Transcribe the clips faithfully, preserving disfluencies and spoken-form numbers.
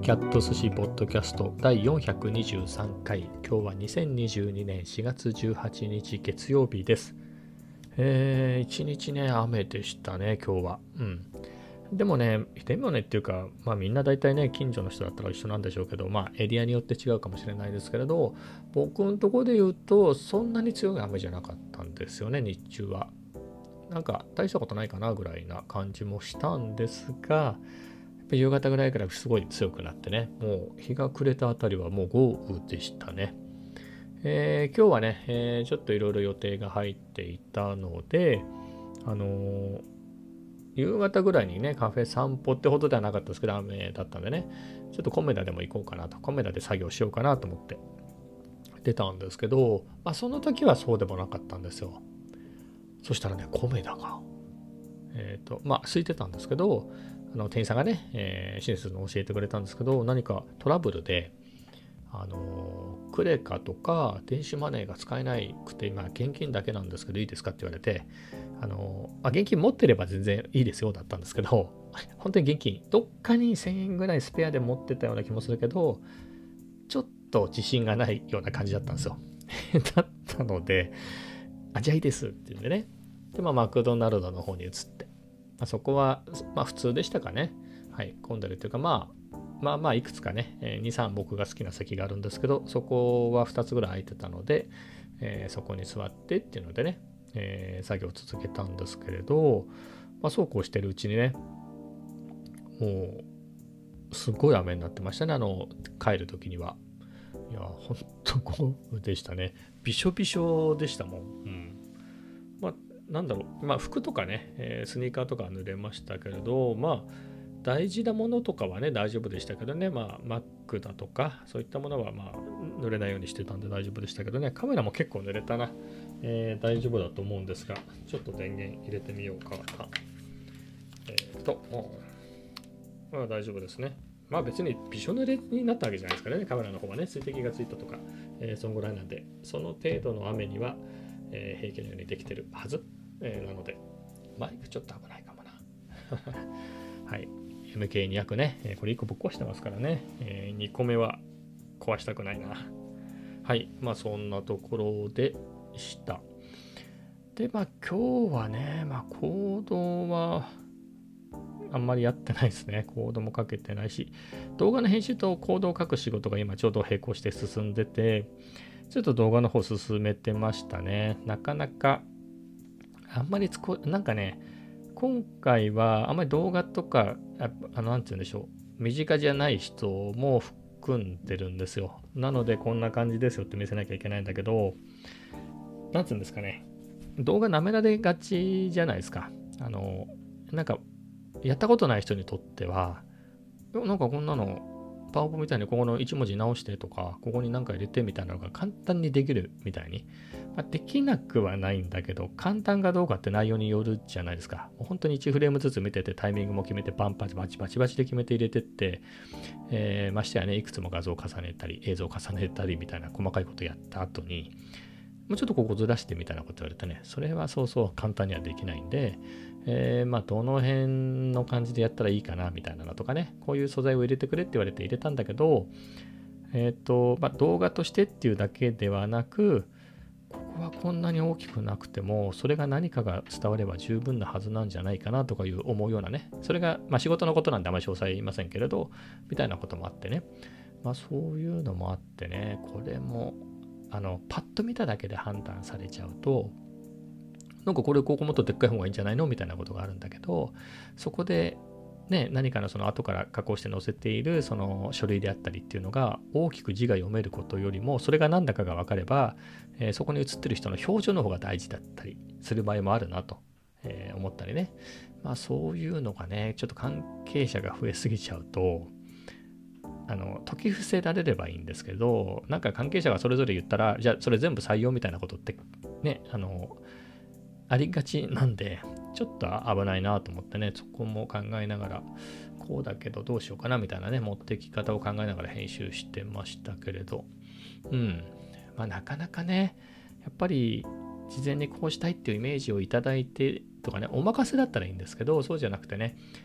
キャット寿司ポッドキャストだいよんひゃくにじゅうさんかい。今日はにせんにじゅうにねんしがつじゅうはちにち月曜日です。えー、一日ね雨でしたね今日は。うんでもねでもねっていうかまあみんな大体ね近所の人だったら一緒なんでしょうけど、まあエリアによって違うかもしれないですけれど、僕のところで言うとそんなに強い雨じゃなかったんですよね。日中はなんか大したことないかなぐらいな感じもしたんですが、夕方ぐらいからすごい強くなってね、もう日が暮れたあたりはもう豪雨でしたね。えー今日はね、えーちょっといろいろ予定が入っていたので、あのー夕方ぐらいにね、カフェ散歩ってほどではなかったですけど、雨だったんでね、ちょっとコメダでも行こうかなと、コメダで作業しようかなと思って出たんですけど、まあ、その時はそうでもなかったんですよ。そしたらね、コメダが、えっと、まあ、空いてたんですけど、あの店員さんがね、えー、親切に教えてくれたんですけど、何かトラブルで、あのクレカとか電子マネーが使えなくて、今現金だけなんですけどいいですかって言われて、あのまあ、現金持ってれば全然いいですよだったんですけど、本当に現金どっかにせんえんぐらいスペアで持ってたような気もするけど、ちょっと自信がないような感じだったんですよ。だったので、あ、じゃあいいですって言うんでね。で、まあ、マクドナルドの方に移って、まあ、そこは、まあ、普通でしたかね。はい、混んでるというか、まあ、まあまあ、いくつかね、に、さん僕が好きな席があるんですけど、そこはふたつぐらい空いてたので、えーそこに座ってっていうのでね、えー作業を続けたんですけれど、まあ、そうこうしてるうちにね、もう、すごい雨になってましたね、あの、帰る時には。いや、ほんと豪雨でしたね。びしょびしょでしたもん。うん。まあ、なんだろう、まあ、服とかね、えースニーカーとかは濡れましたけれど、まあ、大事なものとかはね、大丈夫でしたけどね、まあ、Mac だとか、そういったものは、まあ、濡れないようにしてたんで大丈夫でしたけどね、カメラも結構濡れたな。えー大丈夫だと思うんですが、ちょっと電源入れてみようかな。えっ、と、まあ、大丈夫ですね。まあ別にびしょ濡れになったわけじゃないですからね、カメラの方はね、水滴がついたとか、えーそんぐらいなんで、その程度の雨には、えー平気のようにできてるはず、えーなので、マイクちょっと危ないかもな。はい。エムケーにひゃく ね、えーこれいっこぶっ壊してますからね、えーにこめは壊したくないな。はい。まあそんなところでした。で、まあ今日はね、まあ行動は、あんまりやってないですね。コードも書けてないし、動画の編集とコードを書く仕事が今ちょうど並行して進んでて、ちょっと動画の方進めてましたね。なかなか、あんまりつこ、なんかね、今回はあんまり動画とか、ああの、なんて言うんでしょう、身近じゃない人も含んでるんですよ。なので、こんな感じですよって見せなきゃいけないんだけど、なんて言うんですかね、動画舐められがちじゃないですか。あの、なんか、やったことない人にとっては、なんかこんなの、パワポみたいにここのいち文字直してとか、ここに何か入れてみたいなのが簡単にできるみたいに。まあ、できなくはないんだけど、簡単かどうかって内容によるじゃないですか。もう本当にいちフレームずつ見てて、タイミングも決めて、パンパチバチバチバチで決めて入れてって、えーましてやね、いくつも画像を重ねたり、映像を重ねたりみたいな細かいことやった後に、もうちょっとここずらしてみたいなこと言われてね、それはそうそう簡単にはできないんで、えー、まあどの辺の感じでやったらいいかなみたいなのとかね、こういう素材を入れてくれって言われて入れたんだけど、えっ、と、まあ動画としてっていうだけではなく、ここはこんなに大きくなくても、それが何かが伝われば十分なはずなんじゃないかなとかいう思うようなね、それが、まあ仕事のことなんであまり詳細言いませんけれど、みたいなこともあってね、まあそういうのもあってね、これも、あの、パッと見ただけで判断されちゃうと、なんかこれここもっとでっかい方がいいんじゃないのみたいなことがあるんだけど、そこでね、何かのその後から加工して載せているその書類であったりっていうのが大きく字が読めることよりも、それが何だかが分かれば、えーそこに写ってる人の表情の方が大事だったりする場合もあるなと、えー思ったりね。まあそういうのがね、ちょっと関係者が増えすぎちゃうと、あの解き伏せられればいいんですけど、なんか関係者がそれぞれ言ったら、じゃあそれ全部採用みたいなことってね、あのありがちなんで、ちょっと危ないなと思ってね、そこも考えながら、こうだけどどうしようかなみたいなね、持ってき方を考えながら編集してましたけれど、うん。まあなかなかね、やっぱり事前にこうしたいっていうイメージをいただいてとかね、お任せだったらいいんですけど、そうじゃなくてね、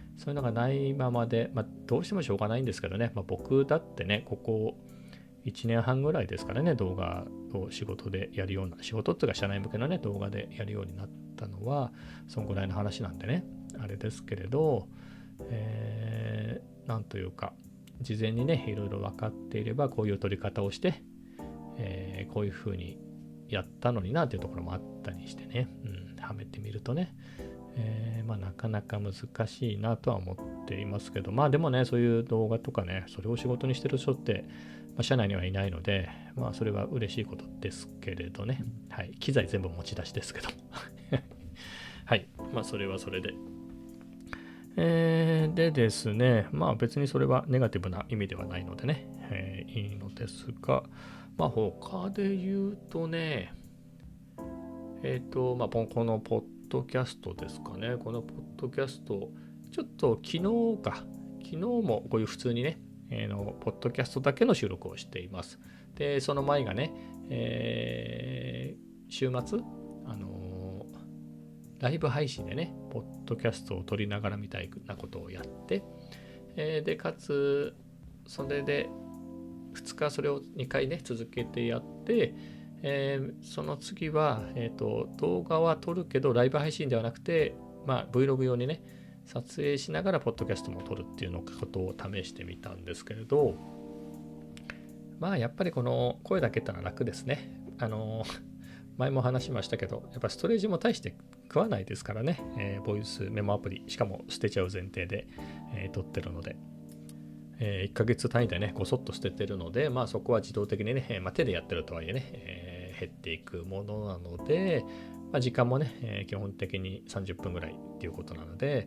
そういうのがないままで、まあ、どうしてもしょうがないんですけどね、まあ、僕だってね、ここいちねんはんぐらいですからね、動画を仕事でやるような、仕事っていうか社内向けのね、動画でやるようになったのは、そんぐらいの話なんでね、あれですけれど、えー、なんというか、事前にね、いろいろ分かっていれば、こういう取り方をして、えー、こういうふうにやったのになというところもあったりしてね、うん、はめてみるとね、えー、まあなかなか難しいなとは思っていますけど、まあでもね、そういう動画とかね、それを仕事にしてる人って、まあ、社内にはいないので、まあそれは嬉しいことですけれどね、はい、機材全部持ち出しですけど、はい、まあそれはそれで。えー、でですね、まあ別にそれはネガティブな意味ではないのでね、えー、いいのですが、まあ他で言うとね、えっ、ー、と、まあこのポッドキャストですかね、このポッドキャスト、ちょっと昨日か、昨日もこういう普通にね、えー、のポッドキャストだけの収録をしています。で、その前がね、えー、週末、あのー、ライブ配信でね、ポッドキャストを撮りながらみたいなことをやって、えー、で、かつ、それでふつかそれをにかいね、続けてやって、えー、その次は、えーと、動画は撮るけど、ライブ配信ではなくて、まあ、Vlog 用にね、撮影しながらポッドキャストも撮るっていうのことを試してみたんですけれど、まあやっぱりこの声だけってのは楽ですね。あの前も話しましたけど、やっぱストレージも大して食わないですからね、えー、ボイスメモアプリ、しかも捨てちゃう前提で、えー、撮ってるので、えー、いっかげつ単位でね、ごそっと捨ててるので、まあそこは自動的にね、まあ、手でやってるとはいえね、えー、減っていくものなので、まあ、時間もね、えー、基本的にさんじゅっぷんぐらいっていうことなので、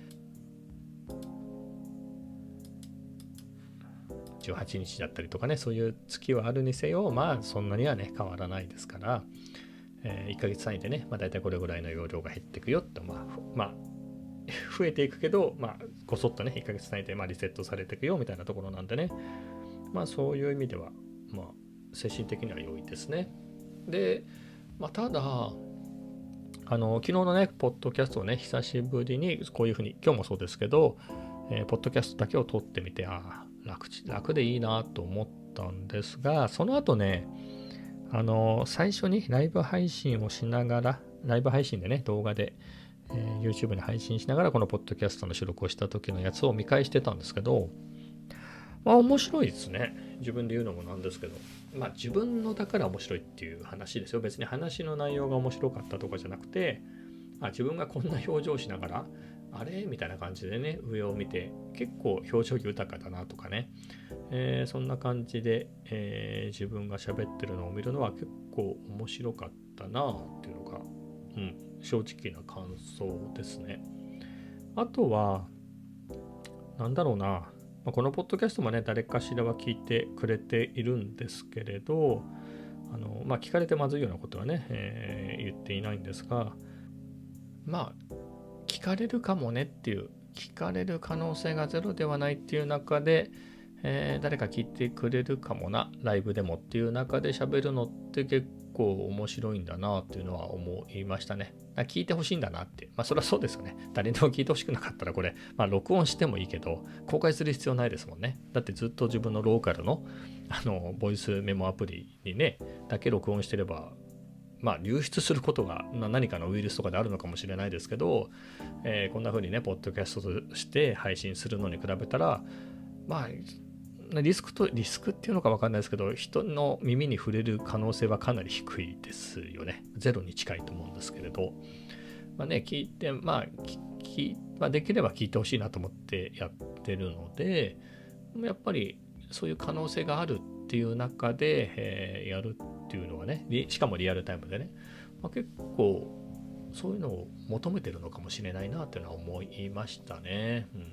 じゅうはちにちだったりとかね、そういう月はあるにせよ、まあそんなにはね、変わらないですから、えー、いっかげつ単位でね、まあ大体これぐらいの容量が減っていくよと、まあ、まあ、増えていくけど、まあ、ごそっとね、いっかげつ単位でまあリセットされていくよみたいなところなんでね、まあそういう意味では、まあ、精神的には良いですね。で、まあ、ただ、あの、昨日のね、ポッドキャストをね、久しぶりにこういうふうに、今日もそうですけど、えー、ポッドキャストだけを撮ってみて、ああ、楽、楽でいいなと思ったんですが、その後ね、あの、最初にライブ配信をしながら、ライブ配信でね、動画で、えー、YouTube に配信しながら、このポッドキャストの収録をした時のやつを見返してたんですけど、まあ面白いですね。自分で言うのもなんですけど。まあ自分のだから面白いっていう話ですよ。別に話の内容が面白かったとかじゃなくて、あ、自分がこんな表情しながら、あれみたいな感じでね、上を見て、結構表情豊かだなとかね、えー、そんな感じで、えー、自分が喋ってるのを見るのは結構面白かったなっていうのが、うん、正直な感想ですね。あとは、なんだろうな、このポッドキャストもね、誰かしらは聞いてくれているんですけれど、あの、まあ、聞かれてまずいようなことはね、えー、言っていないんですが、まあ、聞かれるかもねっていう、聞かれる可能性がゼロではないっていう中で、えー、誰か聞いてくれるかもな、ライブでもっていう中で喋るのって結構面白いんだなっていうのは思いましたね。聞いてほしいんだなって。まあそれはそうですよね。誰にも聞いてほしくなかったらこれ、まあ録音してもいいけど、公開する必要ないですもんね。だってずっと自分のローカルの、あの、ボイスメモアプリにね、だけ録音してれば、まあ流出することが何かのウイルスとかであるのかもしれないですけど、えー、こんな風にね、ポッドキャストとして配信するのに比べたら、まあ、リスクと、リスクっていうのか分かんないですけど、人の耳に触れる可能性はかなり低いですよね。ゼロに近いと思うんですけれど。まあね、聞いて、まあ、聞まあ、できれば聞いてほしいなと思ってやってるので、やっぱりそういう可能性があるっていう中で、えー、やるっていうのはね、しかもリアルタイムでね、まあ、結構そういうのを求めてるのかもしれないなっていうのは思いましたね。うん、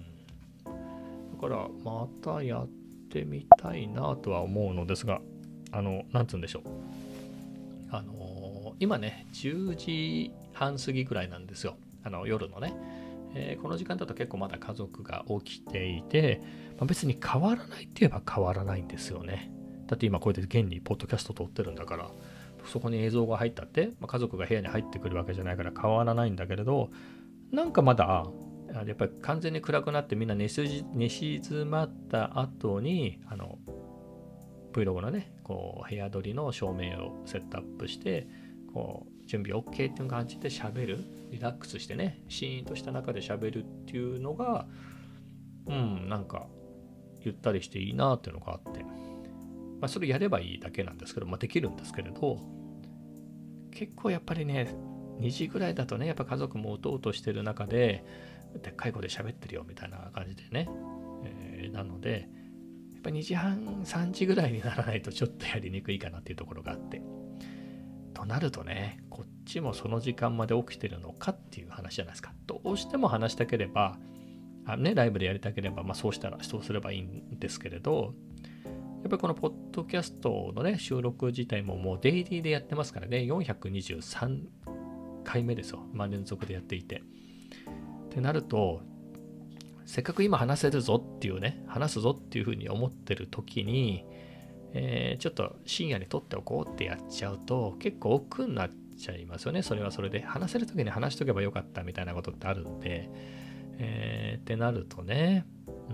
だからまたやってってみたいなとは思うのですが、あの、なんつうんでしょう。あのー、今ね、じゅうじはん過ぎぐらいなんですよ。あの、夜のね。えー、この時間だと結構まだ家族が起きていて、まあ、別に変わらないって言えば変わらないんですよね。だって今こうやって現にポッドキャスト撮ってるんだから、そこに映像が入ったって、まあ、家族が部屋に入ってくるわけじゃないから変わらないんだけれど、なんかまだやっぱり完全に暗くなってみんな寝し寝静まった後にあの Vlog のねこう部屋撮りの照明をセットアップしてこう準備 OK っていう感じで喋る、リラックスしてねシーンとした中で喋るっていうのがうんなんかゆったりしていいなっていうのがあって、まあそれやればいいだけなんですけど、まあできるんですけれど、結構やっぱりねにじぐらいだとねやっぱ家族もうとうとしてる中ででっかい声で喋ってるよみたいな感じでね、えー、なのでやっぱにじはんさんじぐらいにならないとちょっとやりにくいかなっていうところがあって、となるとねこっちもその時間まで起きてるのかっていう話じゃないですか。どうしても話したければあ、ね、ライブでやりたければ、まあ、そうしたらそうすればいいんですけれど、やっぱりこのポッドキャストのね収録自体ももうデイリーでやってますからね、よんひゃくにじゅうさんかいめですよ、まあ、連続でやっていてってなると、せっかく今話せるぞっていうね話すぞっていうふうに思ってる時に、えー、ちょっと深夜に撮っておこうってやっちゃうと結構億劫になっちゃいますよね。それはそれで話せる時に話しとけばよかったみたいなことってあるんで、えー、ってなるとね、うん、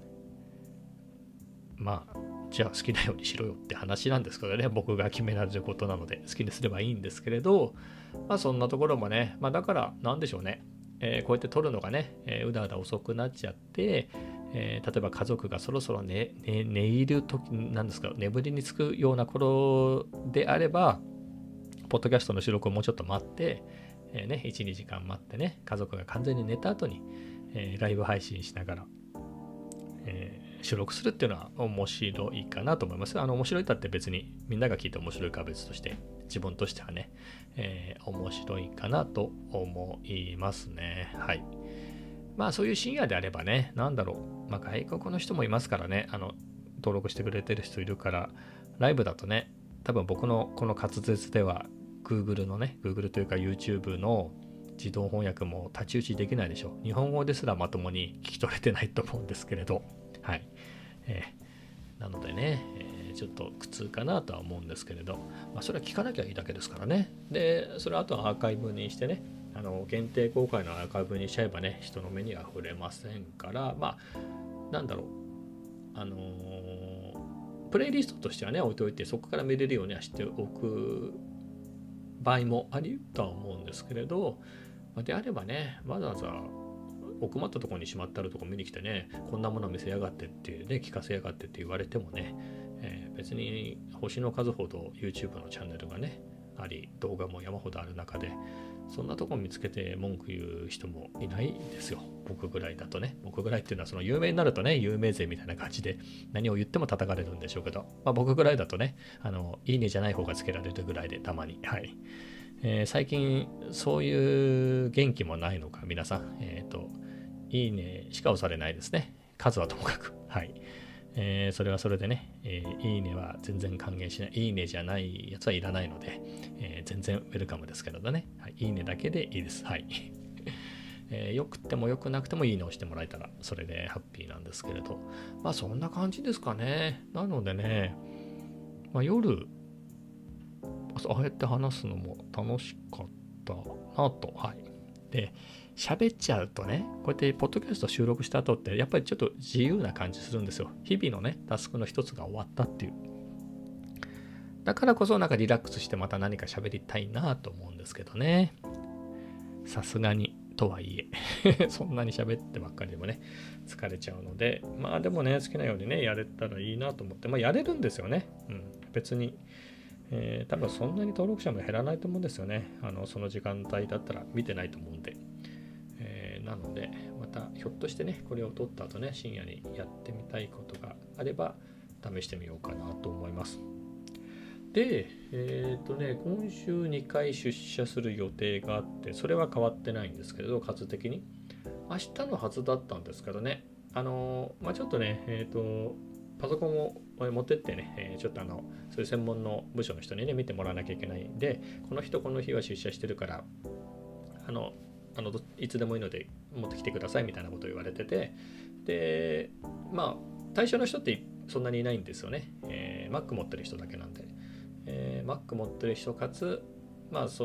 まあじゃあ好きなようにしろよって話なんですけどね、僕が決められることなので好きにすればいいんですけれど、まあそんなところもね、まあだからなんでしょうね、えー、こうやって撮るのがね、えー、うだうだ遅くなっちゃって、えー、例えば家族がそろそろ寝、寝、寝入る時なんですか、眠りにつくような頃であればポッドキャストの収録をもうちょっと待って、えーね、いち、にじかん待ってね、家族が完全に寝た後に、えー、ライブ配信しながら、えー、収録するっていうのは面白いかなと思います。あの面白いだって別にみんなが聞いて面白いかは別として自分としてはね、えー、面白いかなと思いますね。はい。まあそういう深夜であればね、なんだろう、まあ外国の人もいますからね、あの登録してくれてる人いるから、ライブだとね、多分僕のこの滑舌では Google のね、Google というか YouTube の自動翻訳も太刀打ちできないでしょう。日本語ですらまともに聞き取れてないと思うんですけれど、はい。えー、なのでね、えー、ちょっと苦痛かなとは思うんですけれど、まあ、それは聞かなきゃいいだけですからね。で、それはあとはアーカイブにしてね、あの限定公開のアーカイブにしちゃえばね、人の目には触れませんから、まあ、なんだろう、あのー、プレイリストとしてはね、置いておいて、そこから見れるようにはしておく場合もありとは思うんですけれど、であればね、わざわざ奥まったところにしまってあるところ見に来てね、こんなもの見せやがってっていうね、聞かせやがってって言われてもね、えー、別に星の数ほど YouTube のチャンネルがね、あり、動画も山ほどある中で、そんなとこ見つけて文句言う人もいないですよ。僕ぐらいだとね。僕ぐらいっていうのはその有名になるとね、有名税みたいな感じで何を言っても叩かれるんでしょうけど、まあ、僕ぐらいだとね、あの、いいねじゃない方がつけられるぐらいでたまに。はい。えー、最近そういう元気もないのか、皆さん。えっと、いいねしか押されないですね。数はともかく。はい。えー、それはそれでね、えー、いいねは全然還元しない。いいねじゃないやつはいらないので、えー、全然ウェルカムですけどね。はい、いいねだけでいいです。はい。えー、よくてもよくなくてもいいねをしてもらえたらそれでハッピーなんですけれど、まあそんな感じですかね。なのでね、まあ、夜ああやって話すのも楽しかったなと。はい。で、喋っちゃうとね、こうやってポッドキャスト収録した後って、やっぱりちょっと自由な感じするんですよ。日々のね、タスクの一つが終わったっていう。だからこそなんかリラックスしてまた何か喋りたいなと思うんですけどね。さすがに、とはいえ、そんなに喋ってばっかりでもね、疲れちゃうので、まあでもね、好きなようにね、やれたらいいなと思って、まあやれるんですよね。うん。別に。えー、多分そんなに登録者も減らないと思うんですよね。あのその時間帯だったら見てないと思うんで、えー、なのでまたひょっとしてねこれを撮った後ね深夜にやってみたいことがあれば試してみようかなと思います。で、えっ、ー、とね今週にかい出社する予定があって、それは変わってないんですけれど、数的に明日のはずだったんですけどね、あのー、まあちょっとねえっ、ー、とパソコンを持ってってね、ちょっとあのそういう専門の部署の人にね見てもらわなきゃいけないんで、この人この日は出社してるからあのあのいつでもいいので持ってきてくださいみたいなことを言われてて、でまあ対象の人ってそんなにいないんですよね、えー、Mac 持ってる人だけなんで、えー、Mac 持ってる人かつまあその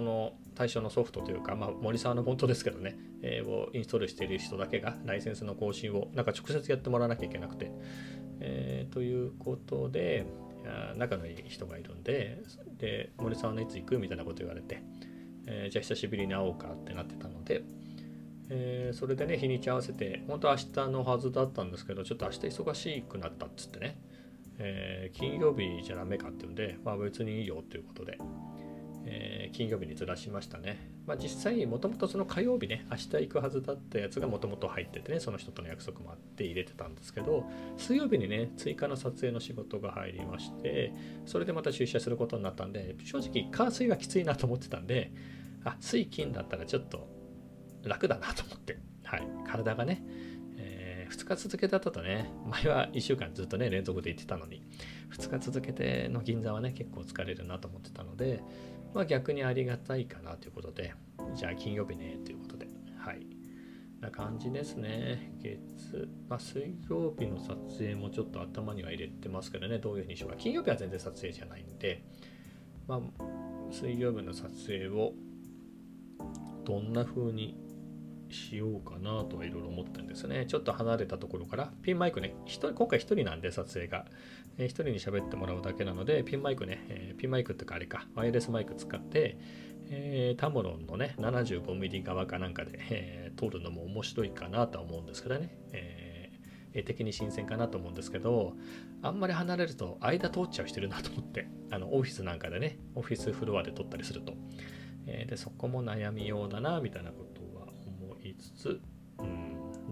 対象のソフトというか、まあ、森沢の本当ですけどね、えー、をインストールしている人だけがライセンスの更新をなんか直接やってもらわなきゃいけなくて、えー、ということで仲のいい人がいるんで、で森沢のいつ行くみたいなこと言われて、えー、じゃあ久しぶりに会おうかってなってたので、えー、それでね日にち合わせて本当は明日のはずだったんですけど、ちょっと明日忙しくなったっつってね、えー、金曜日じゃダメかっていうんで、まあ、別にいいよということで、えー、金曜日にずらしましたね。まあ、実際もともとその火曜日ね明日行くはずだったやつがもともと入っててね、その人との約束もあって入れてたんですけど、水曜日にね追加の撮影の仕事が入りまして、それでまた出社することになったんで、正直火水はきついなと思ってたんで、あ水金だったらちょっと楽だなと思って、はい、体がね、えー、ふつか続けだったとね、前はいっしゅうかんずっとね連続で行ってたのにふつか続けての銀座はね結構疲れるなと思ってたので、まあ逆にありがたいかなということで、じゃあ金曜日ねということで、はいな感じですね。月、まあ、水曜日の撮影もちょっと頭には入れてますけどね、どういうふうにしようか。金曜日は全然撮影じゃないんで、まあ水曜日の撮影をどんな風にしようかなとはいろいろ思ってるんですよね。ちょっと離れたところからピンマイクね、今回一人なんで撮影が、えー、一人に喋ってもらうだけなので、ピンマイクね、えー、ピンマイクってかあれか、ワイヤレスマイク使って、えー、タムロンのね ななじゅうごミリ 側かなんかで、えー、撮るのも面白いかなとは思うんですけどね、えー、絵的に新鮮かなと思うんですけど、あんまり離れると間通っちゃうしてるなと思って、あのオフィスなんかでね、オフィスフロアで撮ったりすると、えー、でそこも悩みようだなみたいなことは思いつつ、うん、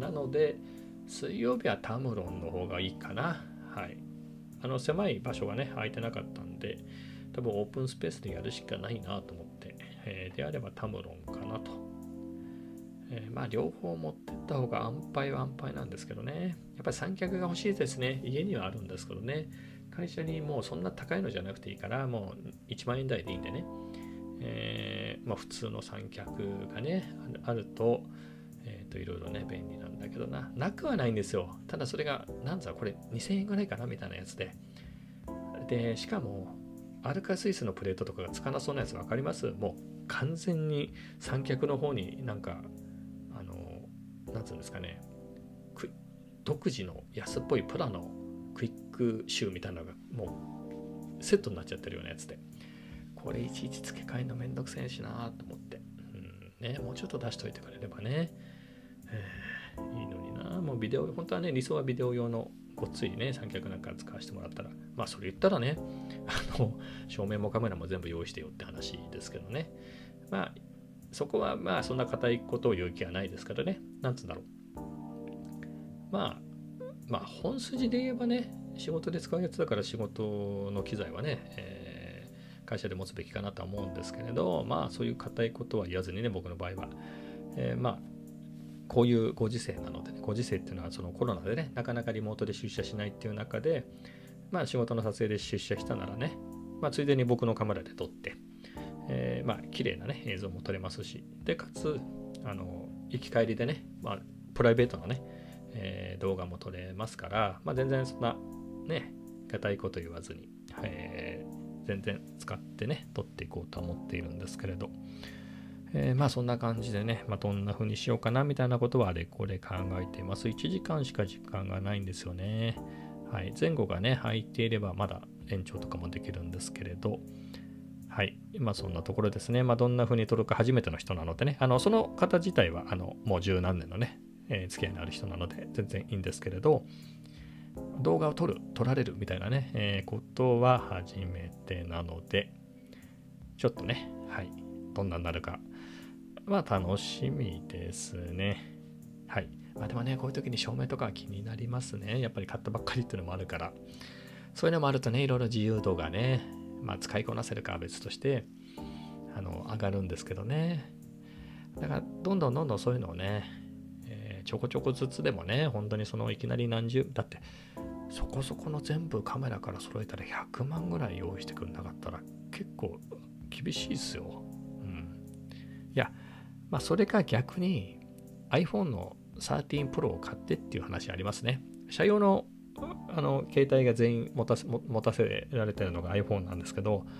なので水曜日はタムロンの方がいいかな。はい、あの狭い場所がね空いてなかったんで、多分オープンスペースでやるしかないなと思って、えー、であればタムロンかなと、えー、まあ両方持ってった方が安牌は安牌なんですけどね、やっぱり三脚が欲しいですね。家にはあるんですけどね、会社にもうそんな高いのじゃなくていいから、もういちまん円台でいいんでね、えーまあ、普通の三脚がねあると、えー、といろいろね便利なんだけどな、なくはないんですよ。ただそれがなんざこれにせんえんぐらいかなみたいなやつで、でしかもアルカスイスのプレートとかがつかなそうなやつ分かります？もう完全に三脚の方になんかあのなんつうんですかね、独自の安っぽいプラのクイックシューみたいなのがもうセットになっちゃってるようなやつで、これいちいち付け替えるのめんどくせえしなと思って、うんね、もうちょっと出しといてくれればね、えー、いいのにな。もうビデオ、本当はね理想はビデオ用のごっついね三脚なんか使わせてもらったら、まあそれ言ったらね、あの照明もカメラも全部用意してよって話ですけどね、まあそこはまあそんな固いことを言う気はないですからね、なんつうんだろう、まあまあ本筋で言えばね、仕事で使うやつだから仕事の機材はね、えー、会社で持つべきかなとは思うんですけれど、まあそういう固いことは言わずにね、僕の場合は、えー、まあこういうご時世なので、ね、ご時世っていうのはそのコロナでねなかなかリモートで出社しないっていう中で、まあ仕事の撮影で出社したならね、まあついでに僕のカメラで撮って、えー、まあ綺麗なね映像も撮れますし、でかつあの行き帰りでね、まあプライベートのね、えー、動画も撮れますから、まあ全然そんなね固いこと言わずに、えー、全然使ってね撮っていこうと思っているんですけれど、えー、まあそんな感じでね、まあ、どんな風にしようかなみたいなことはあれこれ考えています。いちじかんしか時間がないんですよね。はい、前後がね空いていればまだ延長とかもできるんですけれど、はい、まあそんなところですね。まあどんな風に撮るか初めての人なのでね、あのその方自体はあのもう十何年のね、えー、付き合いのある人なので全然いいんですけれど、動画を撮る撮られるみたいなね、えー、ことは初めてなので、ちょっとね、はい、どんなになるかまあ楽しみですね。はい。まあでもね、こういう時に照明とかは気になりますね。やっぱり買ったばっかりっていうのもあるから。そういうのもあるとね、いろいろ自由度がね、まあ使いこなせるかは別として、あの、上がるんですけどね。だから、どんどんどんどんそういうのをね、えー、ちょこちょこずつでもね、本当にそのいきなり何十、だって、そこそこの全部カメラから揃えたらひゃくまんぐらい用意してくれなかったら結構厳しいですよ。うん。いや、まあそれか逆に iPhone のじゅうさん Pro を買ってっていう話ありますね。社用のあの携帯が全員持たせ持たせられてるのが iPhone なんですけど、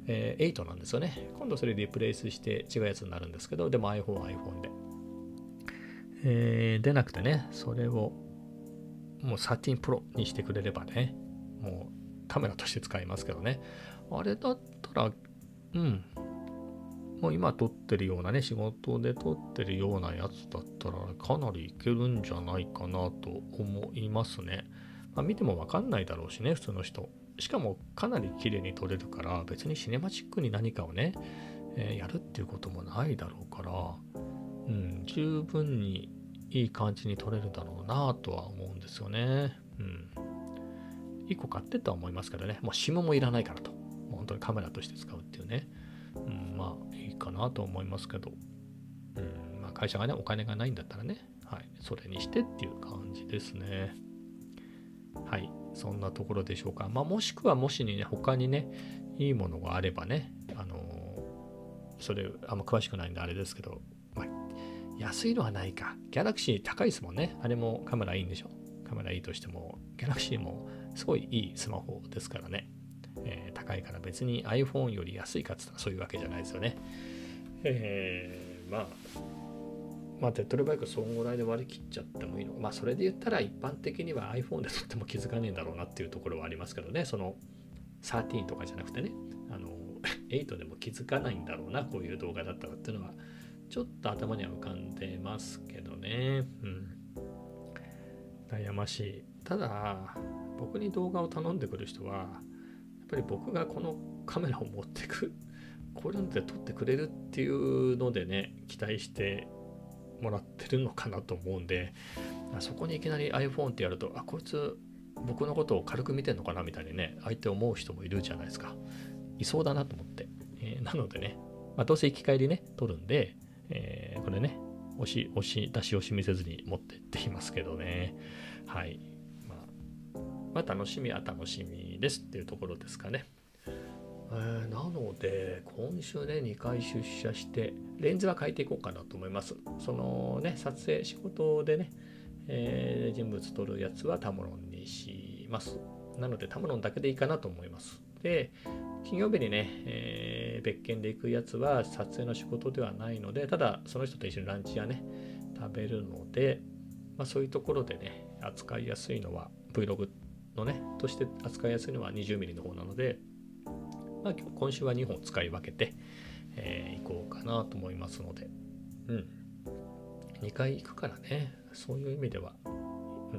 えー、エイトなんですよね。今度それリプレイスして違うやつになるんですけど、でも iPhone は iPhone で、えー、出なくてね、それをもうじゅうさん Pro にしてくれればね、もうカメラとして使いますけどね。あれだったら、うん、もう今撮ってるようなね、仕事で撮ってるようなやつだったらかなりいけるんじゃないかなと思いますね。まあ、見てもわかんないだろうしね、普通の人。しかもかなり綺麗に撮れるから、別にシネマチックに何かをね、えー、やるっていうこともないだろうから、うん、十分にいい感じに撮れるだろうなとは思うんですよね。うん。いっこ買ってとは思いますけどね、もう SIM もいらないからと。もう本当にカメラとして使うっていうね。うん、まあいいかなと思いますけど、うん、まあ会社がね、お金がないんだったらね、はい、それにしてっていう感じですね。はい、そんなところでしょうか。まあもしくはもしにね、他にね、いいものがあればね、あのー、それあんま詳しくないんであれですけど、まあ、安いのはないか。ギャラクシー高いですもんね。あれもカメラいいんでしょ。カメラいいとしても、ギャラクシーもすごいいいスマホですからね。えー、高いから別に iPhone より安いかって言ったらそういうわけじゃないですよね。えー、まあ、まあ手っ取り早くそんぐらいで割り切っちゃってもいいの。まあそれで言ったら一般的には iPhone で撮っても気づかねえんだろうなっていうところはありますけどね。そのじゅうさんとかじゃなくてね、あのエイトでも気づかないんだろうな、こういう動画だったらっていうのはちょっと頭には浮かんでますけどね。うん。悩ましい。ただ僕に動画を頼んでくる人はやっぱり僕がこのカメラを持ってくこれで撮ってくれるっていうのでね、期待してもらってるのかなと思うんで、そこにいきなり iPhone ってやると、あ、こいつ僕のことを軽く見てんのかなみたいにね、相手思う人もいるじゃないですか。いそうだなと思って、えー、なのでね、まあ、どうせ行き帰りね撮るんで、えー、これね押し押し出し惜しみせずに持ってっていますけどね。はい、まあ、まあ楽しみは楽しみですっていうところですかね。えー、なので今週ねにかい出社してレンズは変えていこうかなと思います。そのね撮影仕事でね、えー、人物撮るやつはタムロンにします。なのでタムロンだけでいいかなと思います。で金曜日にね、えー、別件で行くやつは撮影の仕事ではないので、ただその人と一緒にランチやね食べるので、まあ、そういうところでね扱いやすいのは Vlog のねとして扱いやすいのは にじゅうミリ の方なので、まあ、今週はにほん使い分けて、えー、いこうかなと思いますので、うん、にかい行くからね、そういう意味では、うん、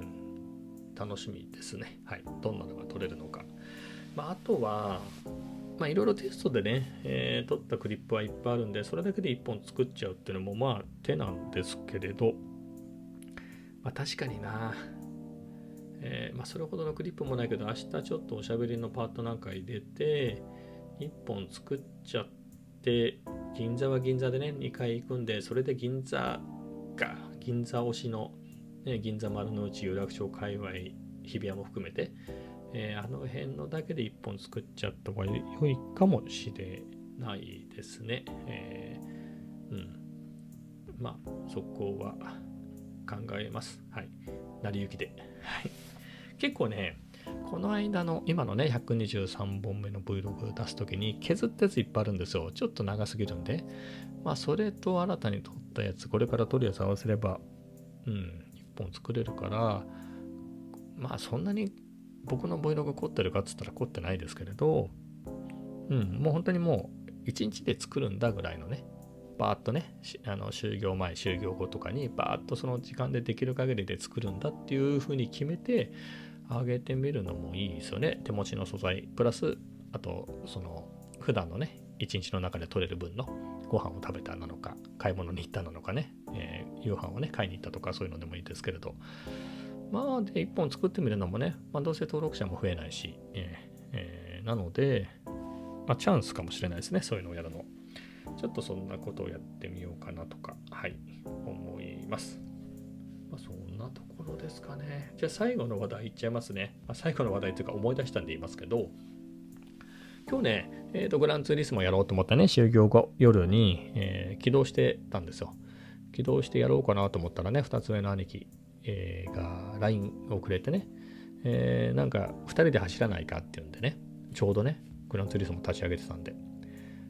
楽しみですね。はい、どんなのが撮れるのか。まあ、あとは、まあ、いろいろテストでね、えー、撮ったクリップはいっぱいあるんで、それだけでいっぽん作っちゃうっていうのもまあ手なんですけれど、まあ、確かにな、えーまあ、それほどのクリップもないけど、明日ちょっとおしゃべりのパートなんか入れて、いっぽん作っちゃって、銀座は銀座でね、にかい行くんで、それで銀座が、銀座推しの、ね、銀座丸の内有楽町界隈、日比谷も含めて、えー、あの辺のだけでいっぽん作っちゃった方が良いかもしれないですね。えー、うん。まあ、そこは考えます。はい。成り行きで。はい。結構ね、この間の今のねひゃくにじゅうさんぼんめの Vlog 出すときに削ったやついっぱいあるんですよ。ちょっと長すぎるんで、まあそれと新たに撮ったやつ、これから撮るやつ合わせれば、うん、いっぽん作れるから、まあそんなに僕の Vlog 凝ってるかっつったら凝ってないですけれど、うん、もう本当にもういちにちで作るんだぐらいのね、バーッとね、あの就業前就業後とかにバーッとその時間でできる限りで作るんだっていう風に決めてあげてみるのもいいですよね。手持ちの素材プラス、あとその普段のね一日の中で取れる分のご飯を食べたなのか、買い物に行ったなのかね、えー、夕飯をね買いに行ったとか、そういうのでもいいですけれど、まあでいっぽん作ってみるのもね、まあ、どうせ登録者も増えないし、えーえー、なので、まあ、チャンスかもしれないですね、そういうのをやるの。ちょっとそんなことをやってみようかなとか、はい、思います。まあ、そんなところですかね。じゃあ最後の話題いっちゃいますね。まあ、最後の話題というか思い出したんで言いますけど、今日ね、えーと、グランツーリスモやろうと思ったね、就業後、夜に、えー、起動してたんですよ。起動してやろうかなと思ったらね、ふたつ上の兄貴、えー、が ライン をくれてね、えー、なんかふたりで走らないかっていうんでね、ちょうどね、グランツーリスモ立ち上げてたんで、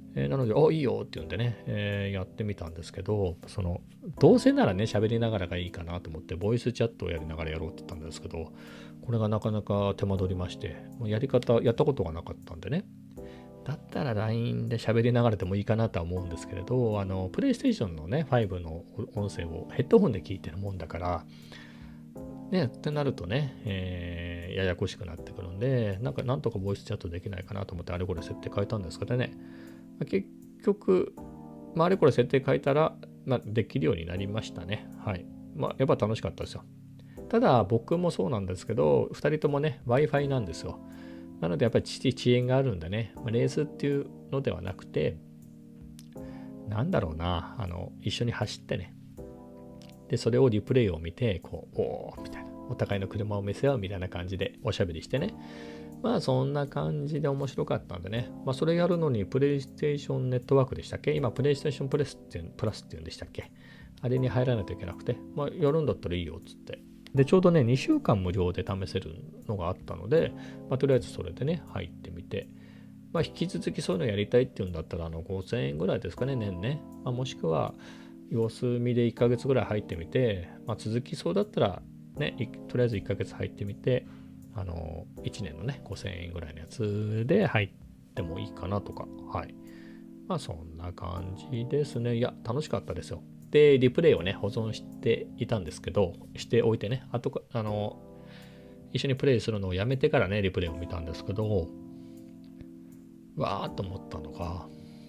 えー、なので、あ、いいよって言うんでね、えー、やってみたんですけど、その、どうせならね、喋りながらがいいかなと思って、ボイスチャットをやりながらやろうって言ったんですけど、これがなかなか手間取りまして、もうやり方、やったことがなかったんでね、だったら ライン で喋りながらでもいいかなとは思うんですけれど、あの、プレイステーションのね、ファイブの音声をヘッドホンで聞いてるもんだから、ね、ってなるとね、えー、ややこしくなってくるんで、なんかなんとかボイスチャットできないかなと思ってあれこれ設定変えたんですけどね、まあ、結局、まあ、あれこれ設定変えたら、まあ、できるようになりましたね。はい。まあ、やっぱ楽しかったですよ。ただ、僕もそうなんですけど、ふたりともね、Wi-Fi なんですよ。なので、やっぱり遅延があるんでね、まあ、レースっていうのではなくて、なんだろうな、あの、一緒に走ってね、で、それをリプレイを見て、こう、おーみたいな、お互いの車を見せ合うみたいな感じでおしゃべりしてね、まあそんな感じで面白かったんでね、まあそれやるのにプレイステーションネットワークでしたっけ、今プレイステーションプレスっていうプラスっていうんでしたっけ、あれに入らないといけなくて、まあやるんだったらいいよっつって。で、ちょうどね、にしゅうかん無料で試せるのがあったので、まあとりあえずそれでね、入ってみて、まあ引き続きそういうのやりたいっていうんだったら、あのごせんえんぐらいですかね、年ね。まあ、もしくは、様子見でいっかげつぐらい入ってみて、まあ、続きそうだったら、ね、とりあえずいっかげつ入ってみて、あの、いちねんのね、ごせんえんぐらいのやつで入ってもいいかなとか、はい。まあ、そんな感じですね。いや、楽しかったですよ。で、リプレイをね、保存していたんですけど、しておいてね、あと、あの、一緒にプレイするのをやめてからね、リプレイを見たんですけど、わーっと思ったのが、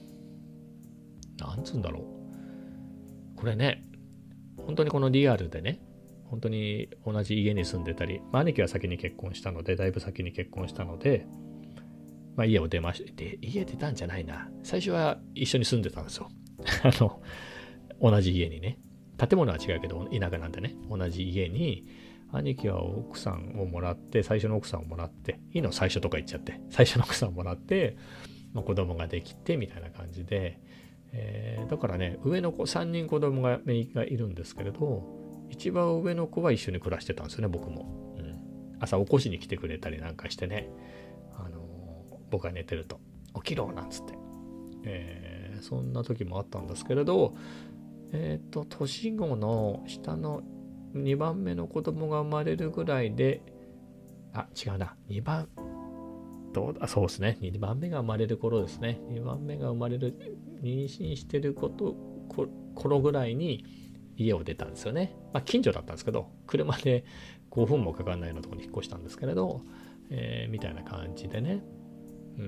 なんつうんだろう。これね、本当にこのリアルでね、本当に同じ家に住んでたり、まあ、兄貴は先に結婚したので、だいぶ先に結婚したので、まあ、家を出まして、家出たんじゃないな。最初は一緒に住んでたんですよ。あの、同じ家にね。建物は違うけど、田舎なんでね、同じ家に、兄貴は奥さんをもらって、最初の奥さんをもらって、いいの最初とか言っちゃって、最初の奥さんをもらって、まあ、子供ができて、みたいな感じで、えー、だからね、上の子さんにん子供ががいるんですけれど、一番上の子は一緒に暮らしてたんですよね、僕も、うん、朝起こしに来てくれたりなんかしてね、あのー、僕が寝てると起きろなんつって、えー、そんな時もあったんですけれど、えっと年子の下のにばんめの子供が生まれるぐらいで、あ違うな、にばんどうだそうですね、にばんめが生まれる頃ですね、にばんめが生まれる、妊娠してることこ頃ぐらいに家を出たんですよね。まあ近所だったんですけど、車でごふんもかかんないようなところに引っ越したんですけれど、えー、みたいな感じでね、うん、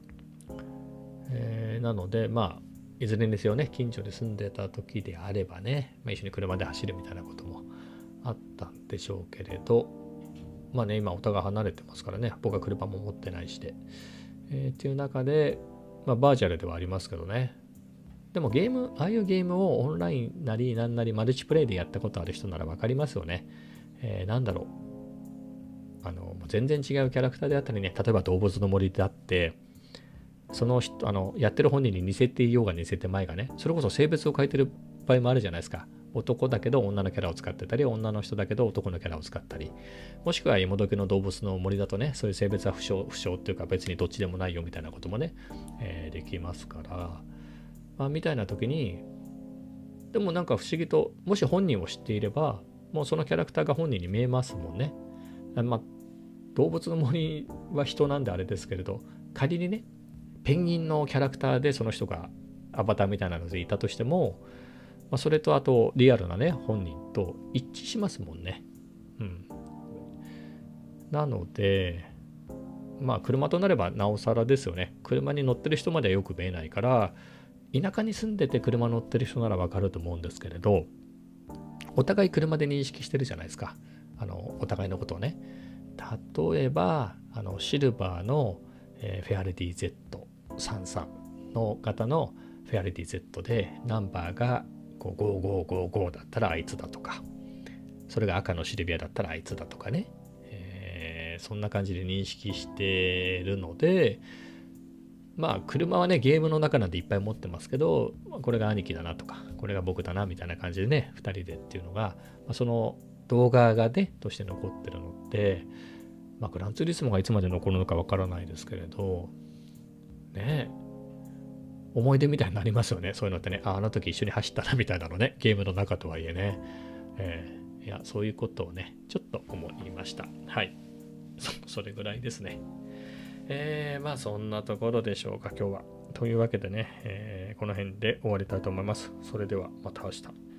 えー、なのでまあいずれにせよね、近所に住んでた時であればね、まあ、一緒に車で走るみたいなこともあったんでしょうけれど、まあね、今お互い離れてますからね、僕は車も持ってないしで、えー、っていう中で、まあバーチャルではありますけどね、でもゲーム、ああいうゲームをオンラインなりなんなりマルチプレイでやったことある人ならわかりますよね。えー、なんだろう。あの、全然違うキャラクターであったりね、例えば動物の森であって、その人、あの、やってる本人に似せていようが似せてまいがね、それこそ性別を変えてる場合もあるじゃないですか。男だけど女のキャラを使ってたり、女の人だけど男のキャラを使ったり、もしくは芋時の動物の森だとね、そういう性別は不詳、不詳っていうか別にどっちでもないよみたいなこともね、えー、できますから、まあ、みたいな時に、でもなんか不思議と、もし本人を知っていれば、もうそのキャラクターが本人に見えますもんね。まあ、動物の森は人なんであれですけれど、仮にね、ペンギンのキャラクターでその人がアバターみたいなのでいたとしても、まあ、それとあとリアルなね、本人と一致しますもんね。うん。なので、まあ車となればなおさらですよね。車に乗ってる人まではよく見えないから、田舎に住んでて車乗ってる人ならわかると思うんですけれど、お互い車で認識してるじゃないですか。あの、お互いのことをね。例えば、あの、シルバーの、えー、フェアレディ ゼットさんじゅうさん の型のフェアレディ ゼット で、ナンバーがこうごごごごだったらあいつだとか、それが赤のシルビアだったらあいつだとかね。えー、そんな感じで認識してるので、まあ車はねゲームの中なんでいっぱい持ってますけど、これが兄貴だなとかこれが僕だなみたいな感じでねふたりでっていうのが、まあ、その動画がねとして残ってるので、まあグランツーリスモがいつまで残るのかわからないですけれどね、 思い出みたいになりますよね。そういうのってね、あ、あの時一緒に走ったなみたいなのね、ゲームの中とはいえね。えー、いや、そういうことをね、ちょっと思いました。はい。そ, それぐらいですね。えー、まあそんなところでしょうか、今日は。というわけでね、えー、この辺で終わりたいと思います。それではまた明日。